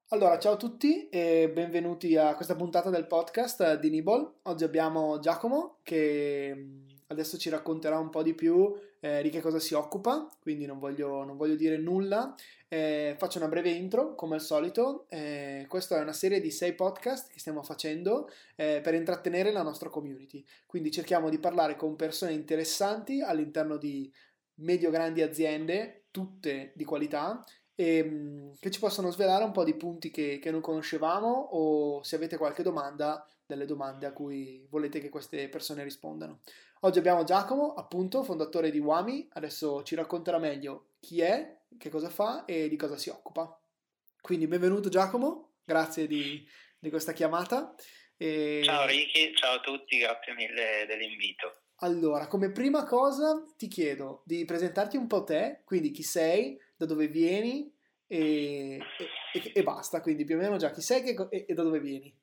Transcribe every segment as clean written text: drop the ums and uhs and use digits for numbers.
Allora, ciao a tutti e benvenuti a questa puntata del podcast di Nibble. Oggi abbiamo Giacomo che adesso ci racconterà un po' di più di che cosa si occupa, quindi non voglio dire nulla. Faccio una breve intro, come al solito. Questa è una serie di 6 podcast che stiamo facendo per intrattenere la nostra community. Quindi cerchiamo di parlare con persone interessanti all'interno di medio-grandi aziende, tutte di qualità e che ci possono svelare un po' di punti che non conoscevamo o se avete qualche domanda, delle domande a cui volete che queste persone rispondano. Oggi abbiamo Giacomo, appunto, fondatore di Wami, adesso ci racconterà meglio chi è, che cosa fa e di cosa si occupa. Quindi benvenuto Giacomo, grazie di questa chiamata. Ciao E Ricky, ciao a tutti, grazie mille dell'invito. allora, come prima cosa ti chiedo di presentarti un po' te, quindi chi sei, da dove vieni e basta, quindi più o meno già chi sei e da dove vieni.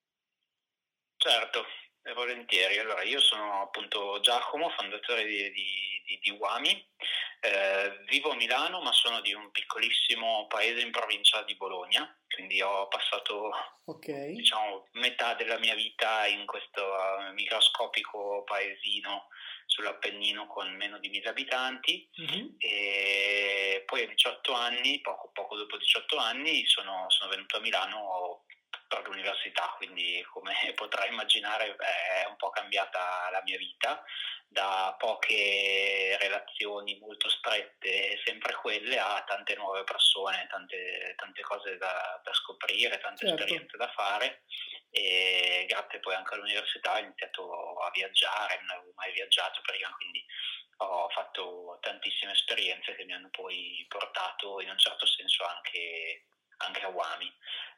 Certo, volentieri. Allora, io sono appunto Giacomo, fondatore di Wami. Vivo a Milano, ma sono di un piccolissimo paese in provincia di Bologna, quindi ho passato, Ok. diciamo, metà della mia vita in questo microscopico paesino sull'Appennino con meno di 1000 abitanti. Mhm. E poi a 18 anni, poco dopo 18 anni, sono venuto a Milano per l'università, quindi come potrai immaginare è un po' cambiata la mia vita, da poche relazioni molto strette, sempre quelle, a tante nuove persone, tante cose da scoprire, tante Certo. esperienze da fare. E grazie poi anche all'università ho iniziato a viaggiare, non avevo mai viaggiato prima, quindi ho fatto tantissime esperienze che mi hanno poi portato in un certo senso anche a Wami.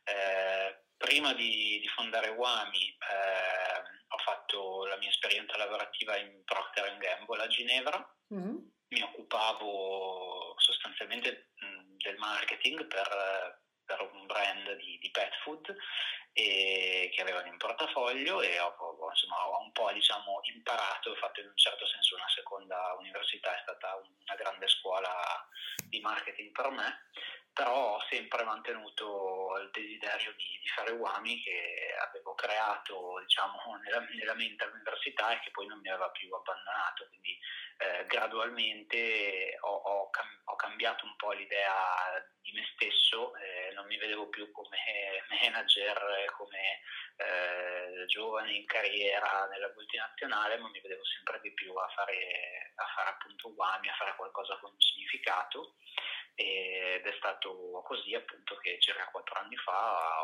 Prima di fondare Wami ho fatto la mia esperienza lavorativa in Procter Gamble a Ginevra. Mhm. Mi occupavo sostanzialmente del marketing per un brand di pet food che avevano in portafoglio, e insomma, ho un po', diciamo, imparato, ho fatto in un certo senso una seconda università, è stata una grande scuola di marketing per me, però ho sempre mantenuto il desiderio di fare Wami, che avevo creato, diciamo, nella mente all'università, e che poi non mi aveva più abbandonato. Quindi gradualmente ho cambiato un po' l'idea di me stesso. Non mi vedevo più come manager, come giovane in carriera nella multinazionale, ma mi vedevo sempre di più a fare appunto Wami, a fare qualcosa con significato. Ed è stato così appunto che circa 4 anni fa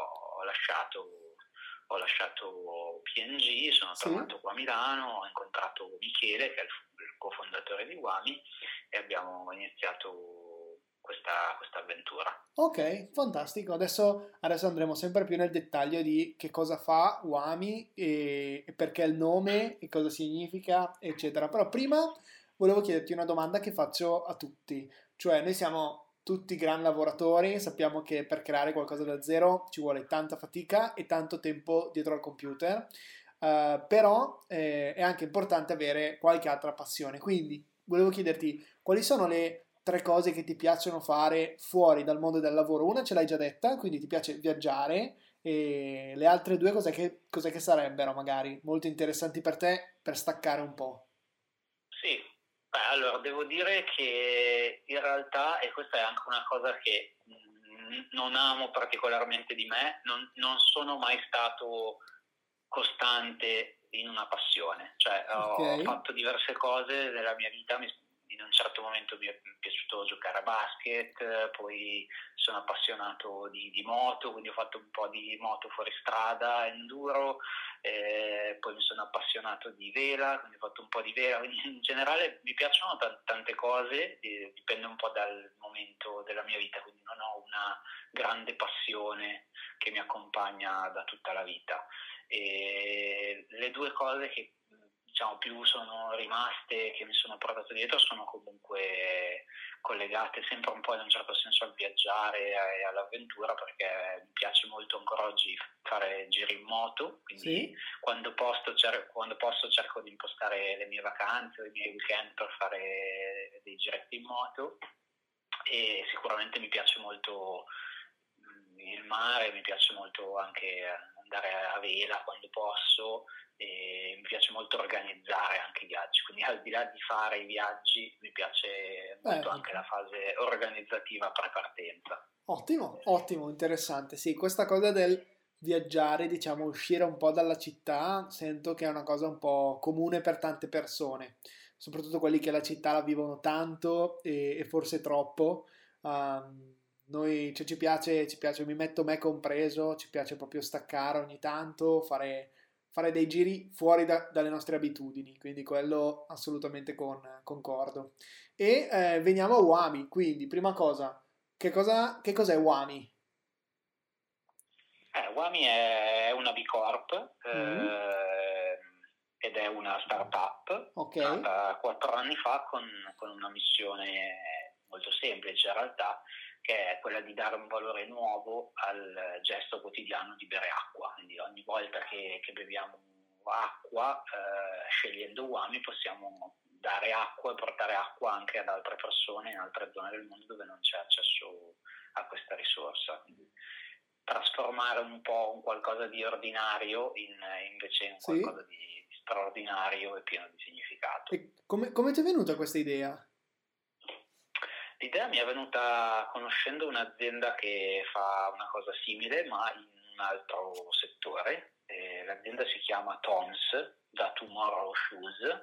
ho lasciato P&G, sono Sì. tornato qua a Milano, ho incontrato Michele, che è il cofondatore di Wami, e abbiamo iniziato questa avventura. Ok, fantastico. Adesso andremo sempre più nel dettaglio di che cosa fa Wami e perché il nome e cosa significa, eccetera. Però prima volevo chiederti una domanda che faccio a tutti. Cioè, noi siamo tutti gran lavoratori, sappiamo che per creare qualcosa da zero ci vuole tanta fatica e tanto tempo dietro al computer, però è anche importante avere qualche altra passione. Quindi volevo chiederti quali sono le 3 cose che ti piacciono fare fuori dal mondo del lavoro. Una ce l'hai già detta, quindi ti piace viaggiare, e le altre due cos'è che sarebbero magari molto interessanti per te per staccare un po'? Sì, allora devo dire che in realtà, e questa è anche una cosa che non amo particolarmente di me, non sono mai stato costante in una passione. Cioè Ok. ho fatto diverse cose nella mia vita. In un certo momento mi è piaciuto giocare a basket, poi sono appassionato di moto, quindi ho fatto un po' di moto fuori strada, enduro. Poi mi sono appassionato di vela, quindi ho fatto un po' di vela. Quindi in generale mi piacciono tante cose, dipende un po' dal momento della mia vita, quindi non ho una grande passione che mi accompagna da tutta la vita. E le due cose che, diciamo, più sono rimaste, che mi sono portato dietro, sono comunque collegate sempre un po' in un certo senso al viaggiare e all'avventura, perché mi piace molto ancora oggi fare giri in moto. Quindi Sì? quando posso cerco di impostare le mie vacanze o i miei weekend per fare dei giretti in moto. E sicuramente mi piace molto mare, mi piace molto anche andare a vela quando posso, e mi piace molto organizzare anche i viaggi, quindi al di là di fare i viaggi mi piace molto anche la fase organizzativa pre-partenza. Ottimo, ottimo, interessante. Sì, questa cosa del viaggiare, diciamo, uscire un po' dalla città, sento che è una cosa un po' comune per tante persone, soprattutto quelli che la città la vivono tanto e forse troppo. Noi, cioè, ci piace, mi metto me compreso, ci piace proprio staccare ogni tanto, fare dei giri fuori dalle nostre abitudini, quindi quello assolutamente concordo. E veniamo a Wami, quindi prima cosa. Che cos'è Wami? Wami è una B Corp Mm, ed è una startup ok, nata 4 anni fa con una missione molto semplice in realtà, che è quella di dare un valore nuovo al gesto quotidiano di bere acqua. Quindi ogni volta che beviamo acqua, scegliendo Wami, possiamo dare acqua e portare acqua anche ad altre persone in altre zone del mondo dove non c'è accesso a questa risorsa. Quindi trasformare un po' un qualcosa di ordinario invece in sì. qualcosa di straordinario e pieno di significato. E come ti è venuta questa idea? L'idea mi è venuta conoscendo un'azienda che fa una cosa simile ma in un altro settore. L'azienda si chiama Toms, da Tomorrow Shoes,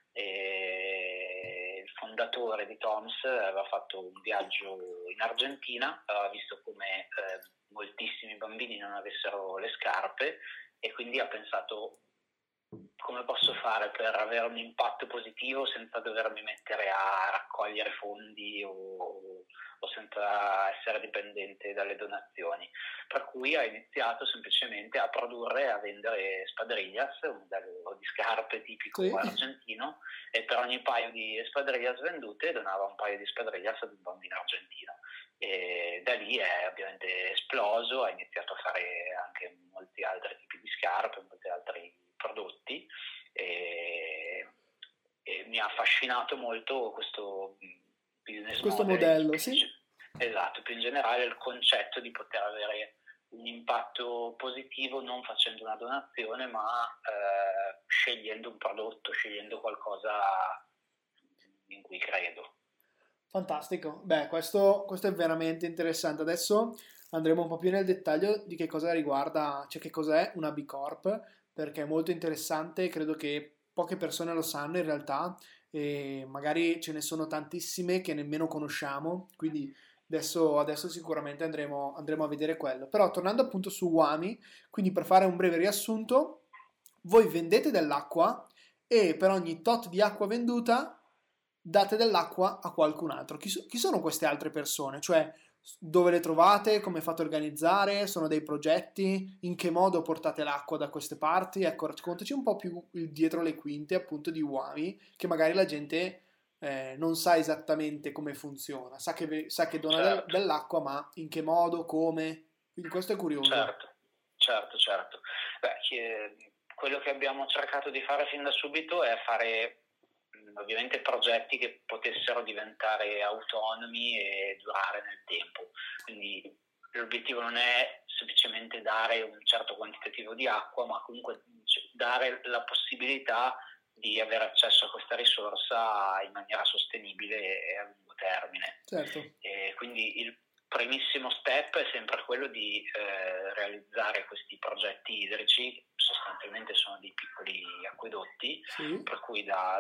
e il fondatore di Toms aveva fatto un viaggio in Argentina, aveva visto come moltissimi bambini non avessero le scarpe e quindi ha pensato: come posso fare per avere un impatto positivo senza dovermi mettere a raccogliere fondi o senza essere dipendente dalle donazioni. Per cui ha iniziato semplicemente a produrre e a vendere spadrillas, un modello di scarpe tipico Sì. argentino, e per ogni paio di spadrillas vendute donava un paio di spadrillas ad un bambino argentino. E da lì è ovviamente esploso, ha iniziato a fare anche molti altri tipi di scarpe, molti altri prodotti, e mi ha affascinato molto questo business Questo model, modello, sì. esatto, più in generale il concetto di poter avere un impatto positivo non facendo una donazione ma scegliendo un prodotto, scegliendo qualcosa in cui credo. Fantastico. Beh, questo è veramente interessante. Adesso andremo un po' più nel dettaglio di che cosa riguarda, cioè che cos'è una B Corp, perché è molto interessante, credo che poche persone lo sanno in realtà e magari ce ne sono tantissime che nemmeno conosciamo, quindi adesso sicuramente andremo a vedere quello. Però tornando appunto su Wami, quindi per fare un breve riassunto, voi vendete dell'acqua e per ogni tot di acqua venduta date dell'acqua a qualcun altro. Chi sono queste altre persone? Cioè, dove le trovate? Come fate a organizzare? Sono dei progetti? In che modo portate l'acqua da queste parti? Ecco, raccontaci un po' più il dietro le quinte appunto di Wami, che magari la gente non sa esattamente come funziona, sa che dona Certo. dell'acqua, ma in che modo, come? Quindi questo è curioso. Certo, certo. Beh, quello che abbiamo cercato di fare fin da subito è fare ovviamente progetti che potessero diventare autonomi e durare nel tempo. Quindi l'obiettivo non è semplicemente dare un certo quantitativo di acqua, ma comunque dare la possibilità di avere accesso a questa risorsa in maniera sostenibile e a lungo termine. Certo. E quindi il primissimo step è sempre quello di realizzare questi progetti idrici, sostanzialmente sono dei piccoli acquedotti, Sì. per cui da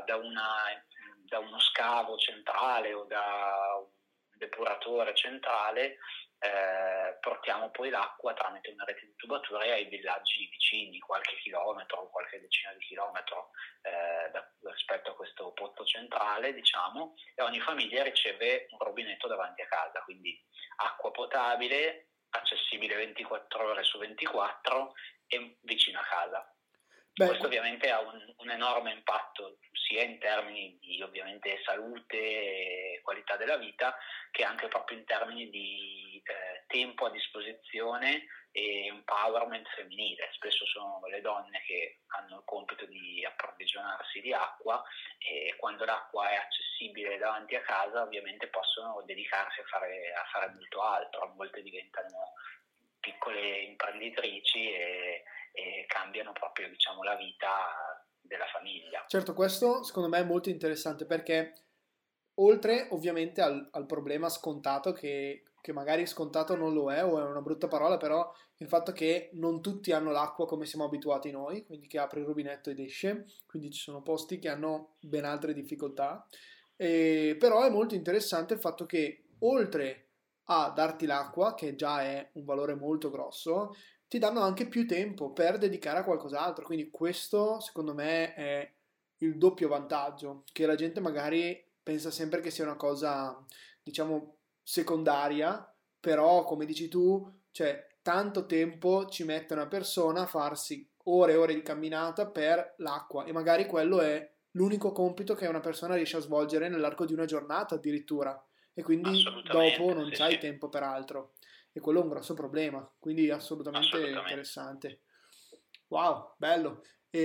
uno scavo centrale o da un depuratore centrale portiamo poi l'acqua tramite una rete di tubature ai villaggi vicini, qualche chilometro, qualche decina di chilometro rispetto a questo pozzo centrale, diciamo, e ogni famiglia riceve un rubinetto davanti a casa, quindi acqua potabile, accessibile 24 ore su 24 e vicino a casa. Beh, Questo ovviamente ha un enorme impatto sia in termini di ovviamente salute e qualità della vita, che anche proprio in termini di tempo a disposizione e empowerment femminile. Spesso sono le donne che hanno il compito di approvvigionarsi di acqua e quando l'acqua è accessibile davanti a casa ovviamente possono dedicarsi a fare molto altro. Molte diventano piccole imprenditrici e cambiano proprio, diciamo, la vita della famiglia. Certo, questo secondo me è molto interessante perché oltre ovviamente al problema scontato, che magari scontato non lo è o è una brutta parola, però il fatto che non tutti hanno l'acqua come siamo abituati noi, quindi che apre il rubinetto ed esce, quindi ci sono posti che hanno ben altre difficoltà. Però è molto interessante il fatto che oltre a darti l'acqua, che già è un valore molto grosso, ti danno anche più tempo per dedicare a qualcos'altro. Quindi questo, secondo me, è il doppio vantaggio, che la gente magari pensa sempre che sia una cosa, diciamo, secondaria, però come dici tu, cioè tanto tempo ci mette una persona a farsi ore e ore di camminata per l'acqua e magari quello è l'unico compito che una persona riesce a svolgere nell'arco di una giornata addirittura e quindi dopo Assolutamente, non sì, c'hai sì, tempo per altro e quello è un grosso problema, quindi assolutamente assolutamente. interessante. Wow, bello.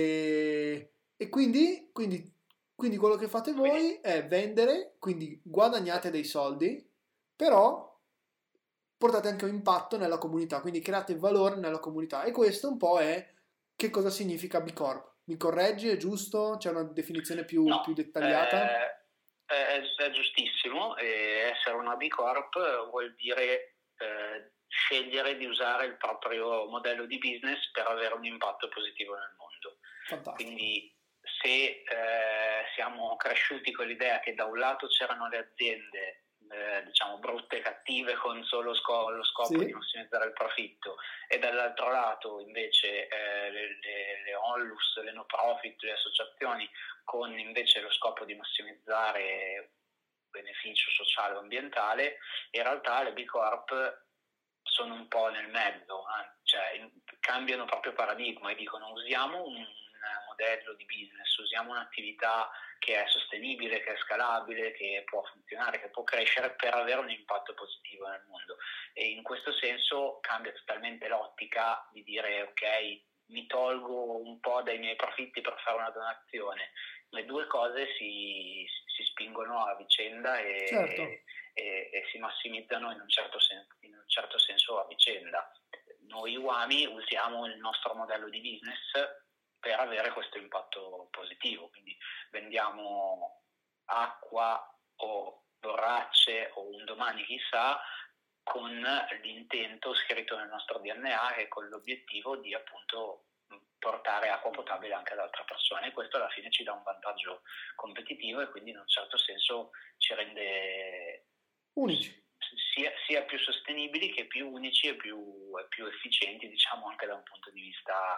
E quindi quello che fate Quindi voi è vendere, quindi guadagnate dei soldi, però portate anche un impatto nella comunità, quindi create valore nella comunità. E questo un po' è che cosa significa B Corp. Mi correggi, è giusto? C'è una definizione più no, dettagliata? è giustissimo. Essere una B Corp vuol dire scegliere di usare il proprio modello di business per avere un impatto positivo nel mondo. Fantastico. Quindi se siamo cresciuti con l'idea che da un lato c'erano le aziende diciamo brutte e cattive con solo lo scopo di Sì, massimizzare il profitto e dall'altro lato invece le onlus, le no profit, le associazioni con invece lo scopo di massimizzare beneficio sociale o ambientale, in realtà le B Corp sono un po' nel mezzo, cioè cambiano proprio paradigma e dicono usiamo un modello di business, usiamo un'attività che è sostenibile, che è scalabile, che può funzionare, che può crescere per avere un impatto positivo nel mondo. E in questo senso cambia totalmente l'ottica di dire ok, mi tolgo un po' dai miei profitti per fare una donazione. Le due cose si spingono a vicenda certo. e si massimizzano in un certo senso a vicenda. Noi UAMI usiamo il nostro modello di business per avere questo impatto positivo, quindi vendiamo acqua o borracce o un domani chissà con l'intento scritto nel nostro DNA e con l'obiettivo di appunto portare acqua potabile anche ad altre persone e questo alla fine ci dà un vantaggio competitivo e quindi in un certo senso ci rende Unici. sia più sostenibili che più unici e più efficienti, diciamo anche da un punto di vista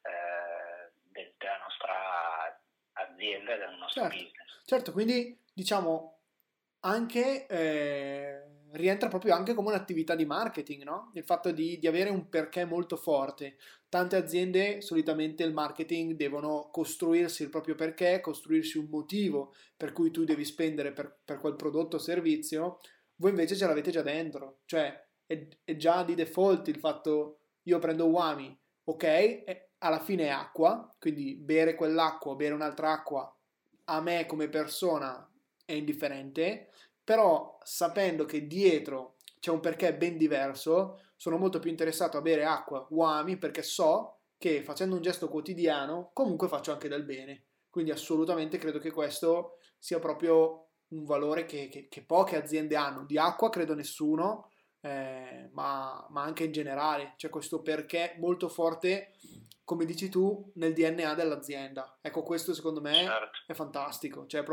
della nostra azienda e del nostro Certo, business. certo, quindi diciamo anche rientra proprio anche come un'attività di marketing, no? Il fatto di avere un perché molto forte. Tante aziende solitamente il marketing devono costruirsi il proprio perché, costruirsi un motivo per cui tu devi spendere per quel prodotto o servizio. Voi invece ce l'avete già dentro, cioè è già di default il fatto io prendo Wami, ok, alla fine è acqua, quindi bere quell'acqua o bere un'altra acqua a me come persona è indifferente, però sapendo che dietro c'è un perché ben diverso, sono molto più interessato a bere acqua Wami perché so che facendo un gesto quotidiano comunque faccio anche del bene. Quindi assolutamente credo che questo sia proprio un valore che poche aziende hanno. Di acqua credo nessuno, ma anche in generale. C'è questo perché molto forte, come dici tu, nel DNA dell'azienda. Ecco, questo secondo me Certo. è fantastico. Cioè,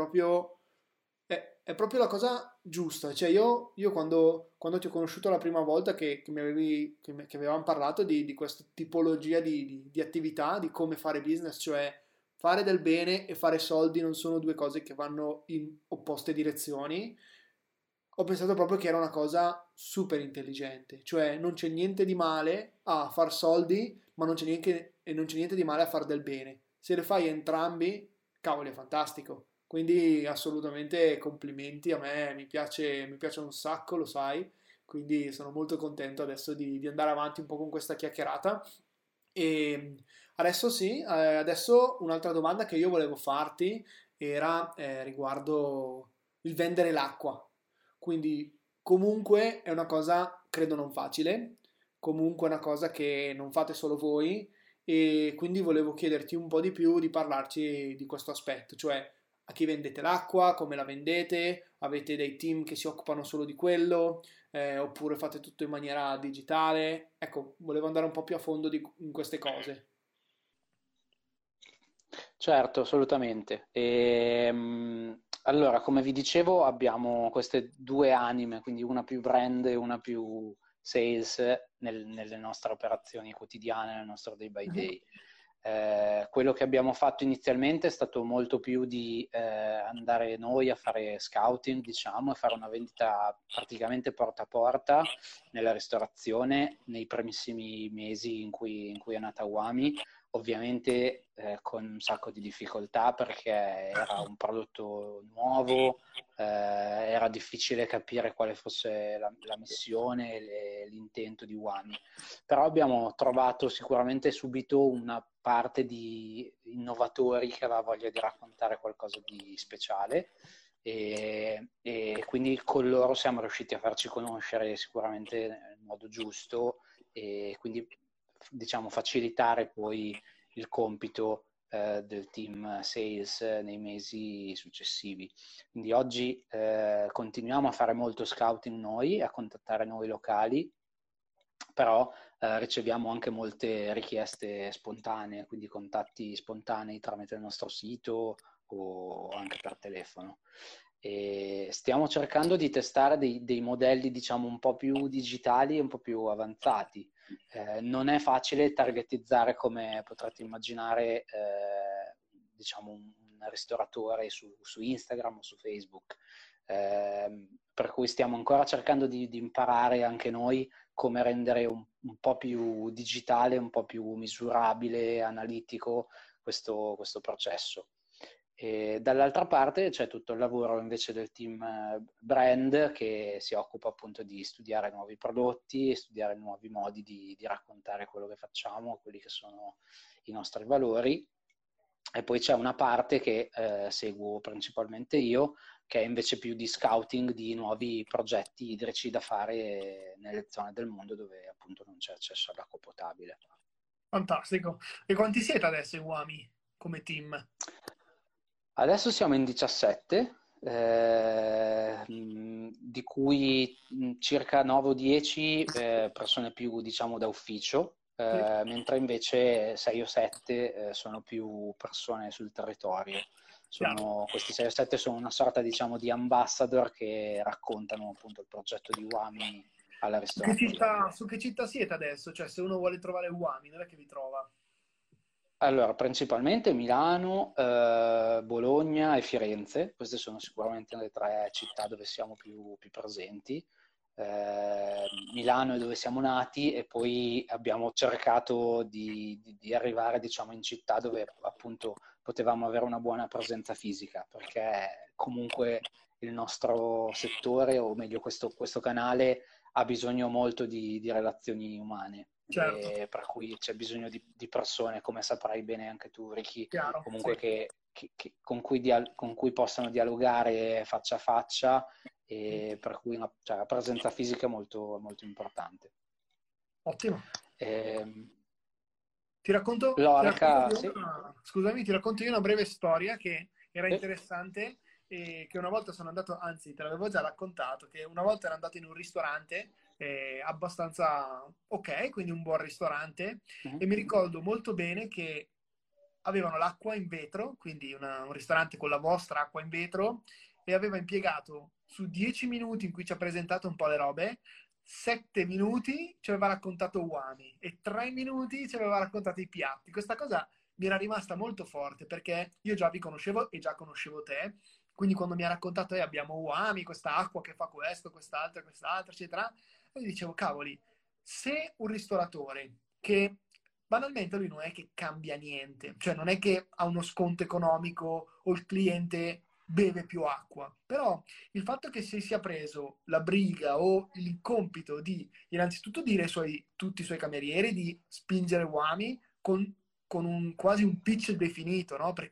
è proprio la cosa giusta. Cioè, io quando ti ho conosciuto la prima volta che avevamo parlato di questa tipologia di attività, di come fare business, cioè fare del bene e fare soldi non sono due cose che vanno in opposte direzioni. Ho pensato proprio che era una cosa super intelligente, cioè non c'è niente di male a far soldi, ma non c'è niente di male a far del bene. Se le fai entrambi, cavolo, è fantastico. Quindi assolutamente complimenti, a me mi piace un sacco, lo sai, quindi sono molto contento adesso di andare avanti un po' con questa chiacchierata. E adesso sì, adesso un'altra domanda che io volevo farti era riguardo il vendere l'acqua. Quindi comunque è una cosa credo non facile, comunque una cosa che non fate solo voi e quindi volevo chiederti un po' di più di parlarci di questo aspetto, cioè a chi vendete l'acqua, come la vendete, avete dei team che si occupano solo di quello, oppure fate tutto in maniera digitale. Ecco, volevo andare un po' più a fondo in queste cose. Certo, assolutamente. Allora, come vi dicevo, abbiamo queste due anime, quindi una più brand e una più sales nelle nostre operazioni quotidiane, nel nostro day by Mhm. day. Quello che abbiamo fatto inizialmente è stato molto più di andare noi a fare scouting, diciamo, e fare una vendita praticamente porta a porta nella ristorazione nei primissimi mesi in cui è nata Wami. Ovviamente con un sacco di difficoltà perché era un prodotto nuovo, era difficile capire quale fosse la missione e l'intento di Wami. Però abbiamo trovato sicuramente subito una parte di innovatori che aveva voglia di raccontare qualcosa di speciale e quindi con loro siamo riusciti a farci conoscere sicuramente nel modo giusto e quindi diciamo facilitare poi il compito del team sales nei mesi successivi. Quindi oggi continuiamo a fare molto scouting noi, a contattare noi locali, però riceviamo anche molte richieste spontanee, quindi contatti spontanei tramite il nostro sito o anche per telefono. E stiamo cercando di testare dei modelli, diciamo, un po' più digitali e un po' più avanzati. Non è facile targetizzare, come potrete immaginare, diciamo un ristoratore su Instagram o su Facebook. Per cui stiamo ancora cercando di imparare anche noi come rendere un po' più digitale, un po' più misurabile, analitico questo processo. E dall'altra parte c'è tutto il lavoro invece del team brand che si occupa appunto di studiare nuovi prodotti, studiare nuovi modi di raccontare quello che facciamo, quelli che sono i nostri valori. E poi c'è una parte che seguo principalmente io, che è invece più di scouting di nuovi progetti idrici da fare nelle zone del mondo dove appunto non c'è accesso all'acqua potabile. Fantastico. E quanti siete adesso in Wami come team? Adesso siamo in 17, di cui circa 9 o 10 persone più diciamo da ufficio, Sì. mentre invece 6 o 7 sono più persone sul territorio. Chiaro. Questi 6 o 7 sono una sorta diciamo di ambassador che raccontano appunto il progetto di Wami alla ristorazione. Su che città siete adesso? Cioè, se uno vuole trovare Wami, dov'è che vi trova? Allora, principalmente Milano, Bologna e Firenze, queste sono sicuramente le tre città dove siamo più presenti. Milano è dove siamo nati e poi abbiamo cercato di arrivare, diciamo, in città dove appunto potevamo avere una buona presenza fisica, perché comunque il nostro settore, o meglio questo canale, ha bisogno molto di relazioni umane. Certo, Per cui c'è bisogno di persone, come saprai bene anche tu, Ricky, chiaro, sì. comunque con cui possano dialogare faccia a faccia, e per cui cioè, la presenza fisica è molto, molto importante. Ottimo. Ehm, Ti racconto L'Oreca, io sì, scusami, ti racconto io una breve storia che era sì. interessante e che una volta sono andato, anzi te l'avevo già raccontato, che una volta ero andato in un ristorante abbastanza ok, quindi un buon ristorante Mhm. e mi ricordo molto bene che avevano l'acqua in vetro, quindi un ristorante con la vostra acqua in vetro e aveva impiegato su 10 minuti in cui ci ha presentato un po' le robe 7 minuti ci aveva raccontato Wami e 3 minuti ci aveva raccontato i piatti. Questa cosa mi era rimasta molto forte perché io già vi conoscevo e già conoscevo te. Quindi quando mi ha raccontato abbiamo Wami, questa acqua che fa questo, quest'altro, eccetera, e io dicevo, cavoli, se un ristoratore che banalmente lui non è che cambia niente, cioè non è che ha uno sconto economico o il cliente beve più acqua, però il fatto che si sia preso la briga o il compito di innanzitutto dire tutti i suoi camerieri di spingere Wami con quasi un pitch definito, no? Perché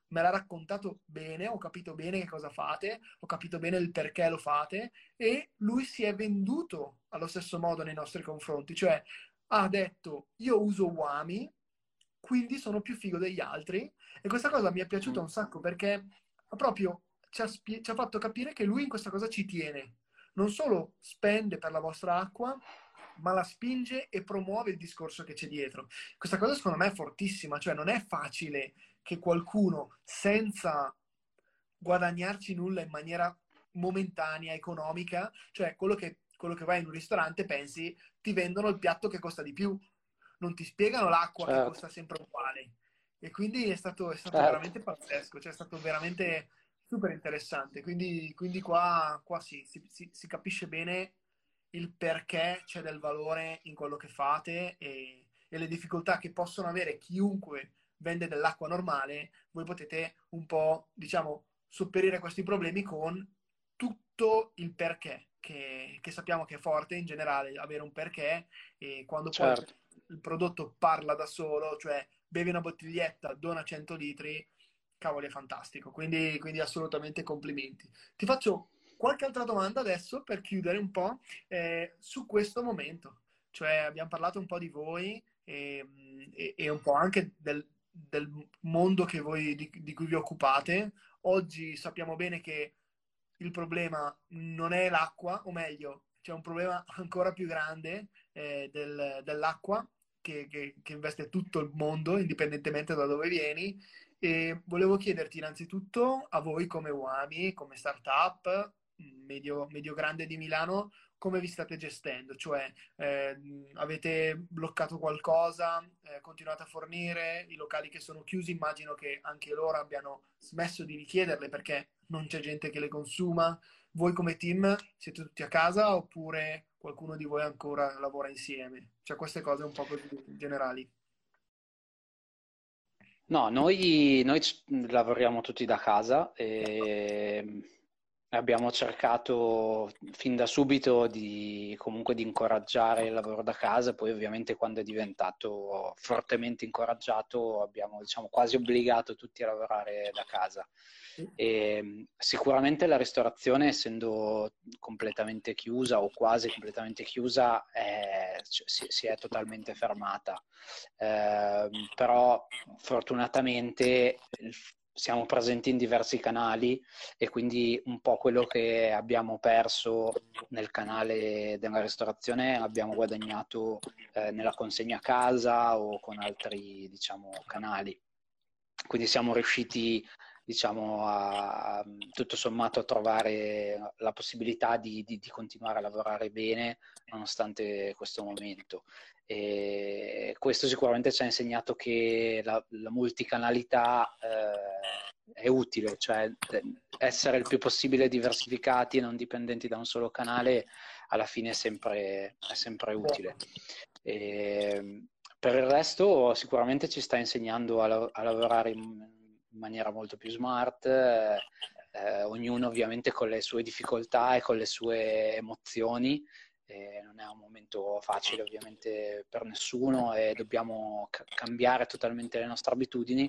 me l'ha raccontato bene, ho capito bene che cosa fate, ho capito bene il perché lo fate e lui si è venduto allo stesso modo nei nostri confronti, cioè ha detto io uso Wami, quindi sono più figo degli altri e questa cosa mi è piaciuta un sacco perché ha proprio ci ha fatto capire che lui in questa cosa ci tiene. Non solo spende per la vostra acqua, ma la spinge e promuove il discorso che c'è dietro. Questa cosa secondo me è fortissima, cioè non è facile che qualcuno senza guadagnarci nulla in maniera momentanea, economica, cioè quello che vai in un ristorante pensi ti vendono il piatto che costa di più, non ti spiegano l'acqua che Certo, costa sempre uguale. E quindi è stato certo. veramente pazzesco, cioè è stato veramente super interessante. Quindi qua sì, si capisce bene il perché c'è del valore in quello che fate e le difficoltà che possono avere chiunque vende dell'acqua normale, voi potete un po', diciamo, sopperire questi problemi con tutto il perché, che sappiamo che è forte in generale, avere un perché, e quando poi Certo. il prodotto parla da solo, cioè bevi una bottiglietta, dona 100 litri, cavolo, è fantastico. Quindi assolutamente complimenti. Ti faccio qualche altra domanda adesso per chiudere un po' su questo momento. Cioè abbiamo parlato un po' di voi e un po' anche del mondo che di cui vi occupate. Oggi sappiamo bene che il problema non è l'acqua, o meglio, c'è un problema ancora più grande dell'acqua che investe tutto il mondo, indipendentemente da dove vieni. E volevo chiederti innanzitutto a voi come Uami, come startup medio grande di Milano, come vi state gestendo? Cioè, avete bloccato qualcosa? Continuate a fornire? I locali che sono chiusi, immagino che anche loro abbiano smesso di richiederle perché non c'è gente che le consuma. Voi come team siete tutti a casa oppure qualcuno di voi ancora lavora insieme? Cioè, queste cose un po' così generali. No, noi lavoriamo tutti da casa e abbiamo cercato fin da subito comunque di incoraggiare il lavoro da casa, poi ovviamente quando è diventato fortemente incoraggiato abbiamo, diciamo, quasi obbligato tutti a lavorare da casa. E sicuramente la ristorazione, essendo completamente chiusa o quasi completamente chiusa, si è totalmente fermata. Però fortunatamente siamo presenti in diversi canali e quindi un po' quello che abbiamo perso nel canale della ristorazione abbiamo guadagnato nella consegna a casa o con altri, diciamo, canali. Quindi siamo riusciti, diciamo, tutto sommato a trovare la possibilità di continuare a lavorare bene nonostante questo momento. E questo sicuramente ci ha insegnato che la multicanalità è utile, cioè essere il più possibile diversificati e non dipendenti da un solo canale alla fine è sempre utile. E, per il resto sicuramente ci sta insegnando a lavorare in maniera molto più smart, ognuno ovviamente con le sue difficoltà e con le sue emozioni. Non è un momento facile ovviamente per nessuno e dobbiamo cambiare totalmente le nostre abitudini,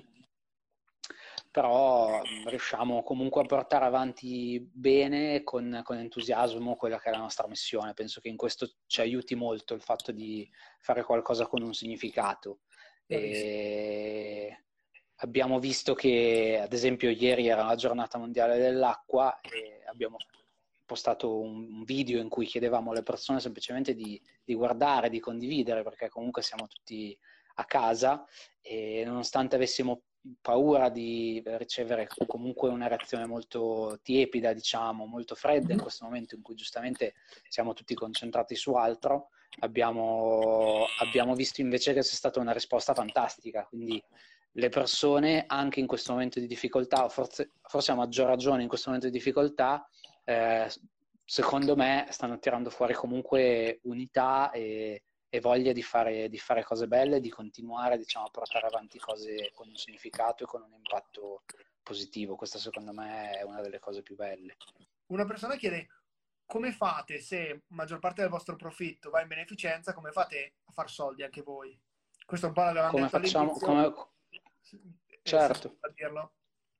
però riusciamo comunque a portare avanti bene, con entusiasmo, quella che è la nostra missione. Penso che in questo ci aiuti molto il fatto di fare qualcosa con un significato. Chiarissimo. E abbiamo visto che, ad esempio, ieri era la giornata mondiale dell'acqua e abbiamo postato un video in cui chiedevamo alle persone semplicemente di guardare, di condividere, perché comunque siamo tutti a casa e nonostante avessimo paura di ricevere comunque una reazione molto tiepida, diciamo, molto fredda in questo momento in cui giustamente siamo tutti concentrati su altro, abbiamo visto invece che c'è stata una risposta fantastica, quindi le persone anche in questo momento di difficoltà, o forse a maggior ragione in questo momento di difficoltà, secondo me stanno tirando fuori comunque unità e voglia di fare cose belle, di continuare, diciamo, a portare avanti cose con un significato e con un impatto positivo. Questa secondo me è una delle cose più belle. Una persona chiede come fate se maggior parte del vostro profitto va in beneficenza, come fate a far soldi anche voi? Questo è un po' l'avevamo Come detto facciamo? all'inizio, se Certo. riesci a dirlo.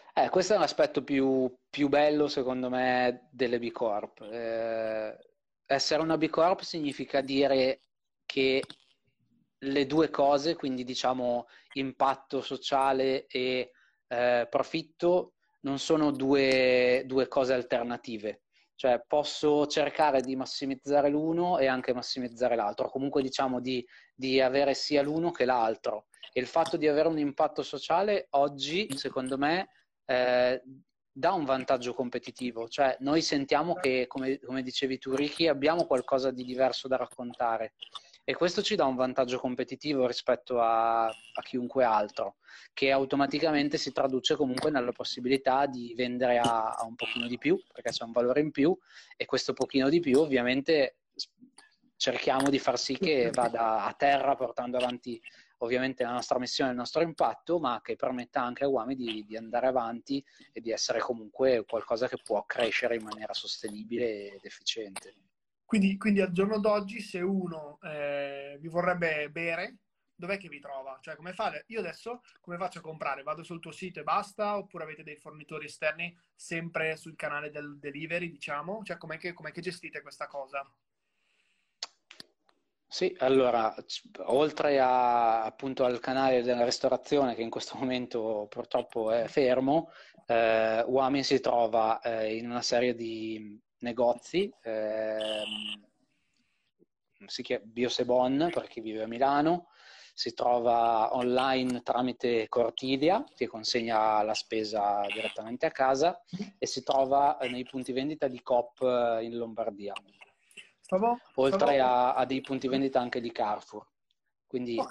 Questo è un aspetto più bello, secondo me, delle B Corp. Essere una B Corp significa dire che le due cose, quindi diciamo impatto sociale e profitto, non sono due cose alternative. Cioè posso cercare di massimizzare l'uno e anche massimizzare l'altro, comunque diciamo di avere sia l'uno che l'altro. E il fatto di avere un impatto sociale oggi, secondo me, dà un vantaggio competitivo. Cioè noi sentiamo che, come dicevi tu, Ricky, abbiamo qualcosa di diverso da raccontare. E questo ci dà un vantaggio competitivo rispetto a chiunque altro, che automaticamente si traduce comunque nella possibilità di vendere a un pochino di più, perché c'è un valore in più, e questo pochino di più ovviamente cerchiamo di far sì che vada a terra portando avanti ovviamente la nostra missione, il nostro impatto, ma che permetta anche a Wami di andare avanti e di essere comunque qualcosa che può crescere in maniera sostenibile ed efficiente. Quindi al giorno d'oggi, se uno vi vorrebbe bere, dov'è che vi trova? Cioè, come fate? Io adesso come faccio a comprare? Vado sul tuo sito e basta? Oppure avete dei fornitori esterni sempre sul canale del delivery, diciamo? Cioè, com'è che gestite questa cosa? Sì, allora, oltre appunto al canale della ristorazione che in questo momento purtroppo è fermo, Wami si trova in una serie di negozi, si chiama Biosebon per chi vive a Milano, si trova online tramite Cortidia che consegna la spesa direttamente a casa e si trova nei punti vendita di Coop in Lombardia. Oltre a dei punti vendita anche di Carrefour. Quindi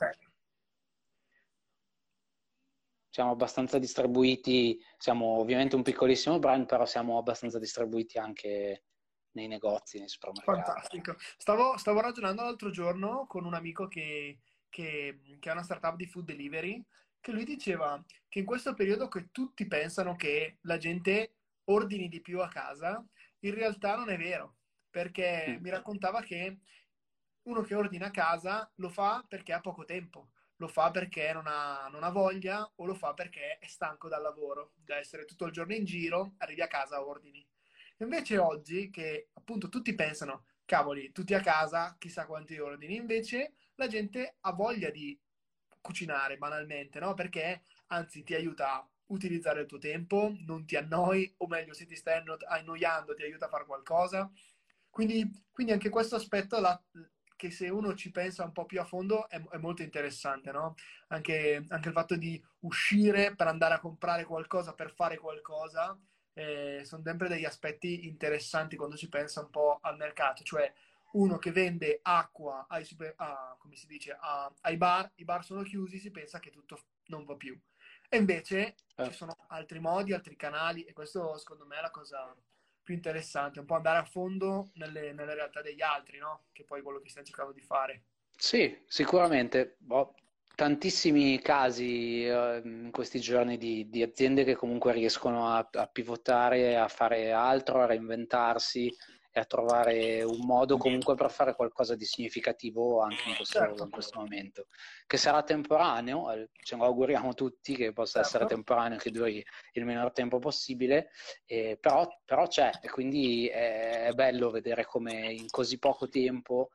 siamo abbastanza distribuiti, siamo ovviamente un piccolissimo brand, però siamo abbastanza distribuiti anche nei negozi, nei supermercati. Fantastico. Stavo ragionando l'altro giorno con un amico che ha una startup di food delivery, che lui diceva che in questo periodo che tutti pensano che la gente ordini di più a casa, in realtà non è vero, perché mi raccontava che uno che ordina a casa lo fa perché ha poco tempo, lo fa perché non ha voglia o lo fa perché è stanco dal lavoro, da essere tutto il giorno in giro, arrivi a casa, ordini. Invece oggi, che appunto tutti pensano, cavoli, tutti a casa, chissà quanti ordini, invece la gente ha voglia di cucinare banalmente, no? Perché anzi ti aiuta a utilizzare il tuo tempo, non ti annoi, o meglio, se ti stai annoiando ti aiuta a fare qualcosa. Quindi anche questo aspetto che se uno ci pensa un po' più a fondo è molto interessante, no? Anche il fatto di uscire per andare a comprare qualcosa, per fare qualcosa, sono sempre degli aspetti interessanti quando si pensa un po' al mercato, cioè uno che vende acqua come si dice, ai bar, i bar sono chiusi, si pensa che tutto non va più. E invece ci sono altri modi, altri canali, e questo secondo me è la cosa più interessante, un po' andare a fondo nelle realtà degli altri, no? Che poi è quello che stiamo cercando di fare. Sì, sicuramente. Ho tantissimi casi in questi giorni di aziende che comunque riescono a pivotare, a fare altro, a reinventarsi e a trovare un modo comunque per fare qualcosa di significativo anche in Certo. questo momento, che sarà temporaneo, ce lo auguriamo tutti che possa essere temporaneo, che duri il minor tempo possibile, però c'è, e quindi è bello vedere come in così poco tempo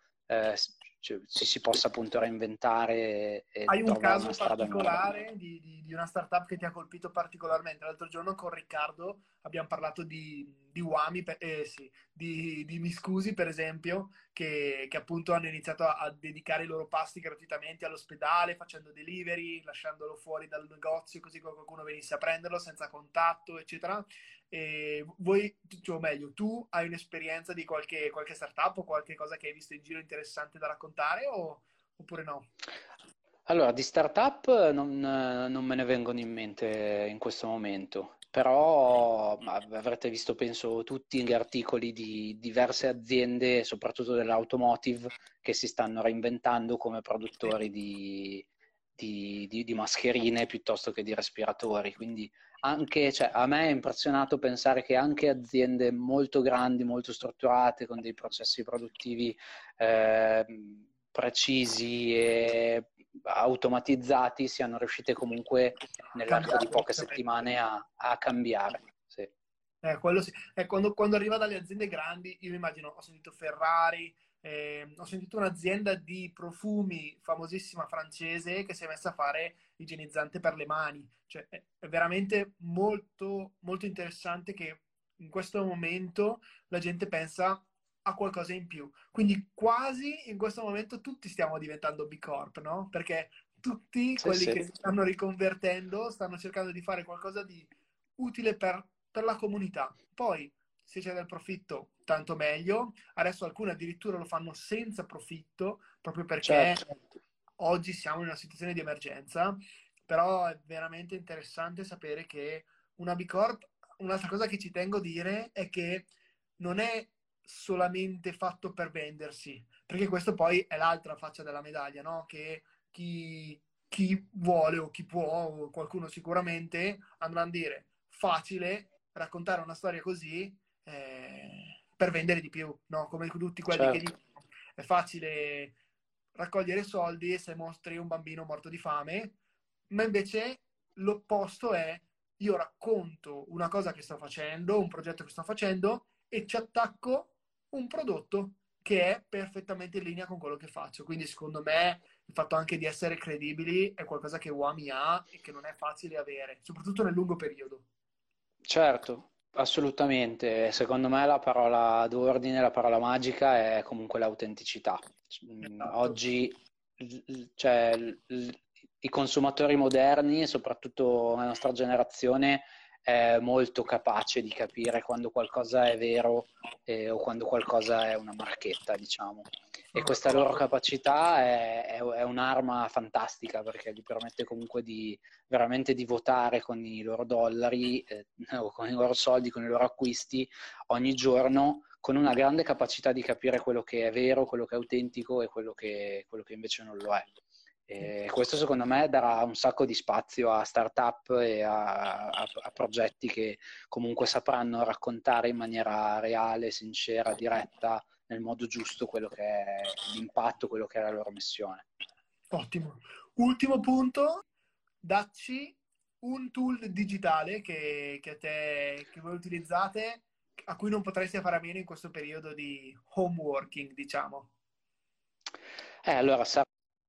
ci si possa appunto reinventare e Hai un trovare caso una strada nuova. particolare di una startup che ti ha colpito particolarmente? L'altro giorno con Riccardo abbiamo parlato di Wami, sì, di Miscusi per esempio, che appunto hanno iniziato a dedicare i loro pasti gratuitamente all'ospedale, facendo delivery, lasciandolo fuori dal negozio così che qualcuno venisse a prenderlo senza contatto, eccetera. E voi, cioè, o meglio, tu hai un'esperienza di qualche startup o qualche cosa che hai visto in giro interessante da raccontare oppure no? Allora, di startup non me ne vengono in mente in questo momento, però avrete visto, penso, tutti gli articoli di diverse aziende, soprattutto dell'automotive, che si stanno reinventando come produttori di mascherine piuttosto che di respiratori. Quindi anche, cioè, a me è impressionato pensare che anche aziende molto grandi, molto strutturate, con dei processi produttivi precisi e automatizzati siano riuscite comunque nell'arco di poche settimane a cambiare. Sì. Quello sì. Quando arriva dalle aziende grandi, io mi immagino, ho sentito Ferrari, ho sentito un'azienda di profumi famosissima francese che si è messa a fare igienizzante per le mani. Cioè, è veramente molto, molto interessante che in questo momento la gente pensa a qualcosa in più. Quindi quasi in questo momento tutti stiamo diventando B Corp, no? Perché tutti Sì, quelli sì. che si stanno riconvertendo stanno cercando di fare qualcosa di utile per la comunità. Poi, se c'è del profitto, tanto meglio. Adesso alcuni addirittura lo fanno senza profitto, proprio perché Certo. oggi siamo in una situazione di emergenza. Però è veramente interessante sapere che una B Corp, un'altra cosa che ci tengo a dire è che non è solamente fatto per vendersi, perché questo poi è l'altra faccia della medaglia, no? Che chi vuole o chi può, o qualcuno sicuramente, andrà a dire facile raccontare una storia così per vendere di più, no? Come tutti quelli che Certo. dicono è facile raccogliere soldi se mostri un bambino morto di fame, ma invece l'opposto è io racconto una cosa che sto facendo, un progetto che sto facendo e ci attacco un prodotto che è perfettamente in linea con quello che faccio. Quindi secondo me il fatto anche di essere credibili è qualcosa che Wami ha e che non è facile avere, soprattutto nel lungo periodo. Certo, assolutamente. Secondo me la parola d'ordine, la parola magica è comunque l'autenticità. Esatto. Oggi cioè, i consumatori moderni, soprattutto la nostra generazione, è molto capace di capire quando qualcosa è vero o quando qualcosa è una marchetta, diciamo. E Sono questa loro d'accordo. capacità è un'arma fantastica perché gli permette comunque veramente di votare con i loro dollari o con i loro soldi, con i loro acquisti ogni giorno, con una grande capacità di capire quello che è vero, quello che è autentico e quello che invece non lo è. E questo secondo me darà un sacco di spazio a start-up e a progetti che comunque sapranno raccontare in maniera reale, sincera, diretta, nel modo giusto quello che è l'impatto, quello che è la loro missione. Ottimo. Ultimo punto, dacci un tool digitale che voi utilizzate a cui non potreste fare a meno in questo periodo di home working, diciamo. Allora sarà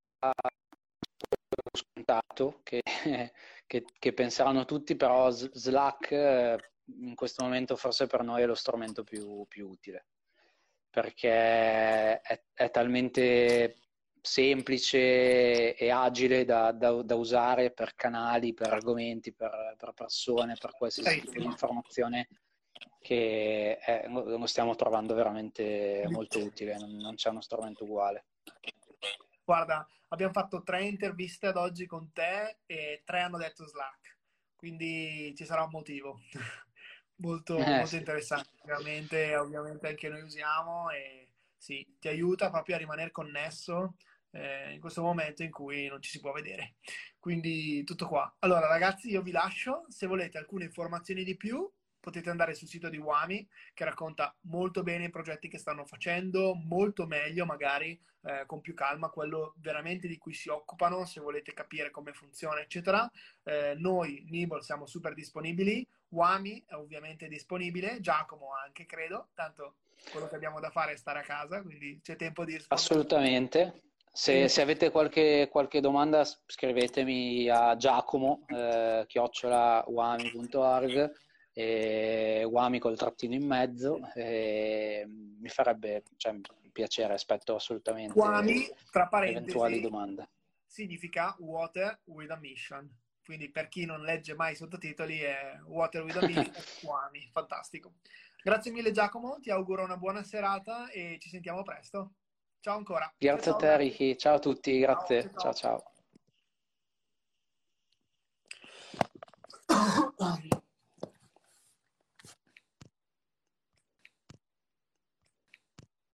scontato che penseranno tutti, però Slack in questo momento forse per noi è lo strumento più utile, perché è talmente semplice e agile da usare per canali, per argomenti, per persone, per qualsiasi tipo di informazione, che lo stiamo trovando veramente molto utile, non c'è uno strumento uguale. Guarda, abbiamo fatto 3 interviste ad oggi con te e 3 hanno detto Slack, quindi ci sarà un motivo. Molto, molto Sì. interessante, ovviamente anche noi usiamo e sì, ti aiuta proprio a rimanere connesso in questo momento in cui non ci si può vedere. Quindi tutto qua. Allora ragazzi, io vi lascio, se volete alcune informazioni di più potete andare sul sito di Wami che racconta molto bene i progetti che stanno facendo, molto meglio magari con più calma quello veramente di cui si occupano, se volete capire come funziona, eccetera. Noi, Nibol, siamo super disponibili. Wami è ovviamente disponibile, Giacomo anche, credo, tanto quello che abbiamo da fare è stare a casa, quindi c'è tempo di rispondere. Assolutamente. Se avete qualche domanda scrivetemi a Giacomo, @wami.org, Wami col trattino in mezzo, mi farebbe piacere, aspetto assolutamente Wami, tra eventuali parentesi, domande. significa Water with a Mission. Quindi per chi non legge mai i sottotitoli è Water with a Mission, Wami, fantastico. Grazie mille Giacomo, ti auguro una buona serata e ci sentiamo presto. Ciao ancora. Ciao Grazie a ciao, te grazie. Ricky, ciao a tutti, Ciao, grazie, ciao, ciao ciao. ciao.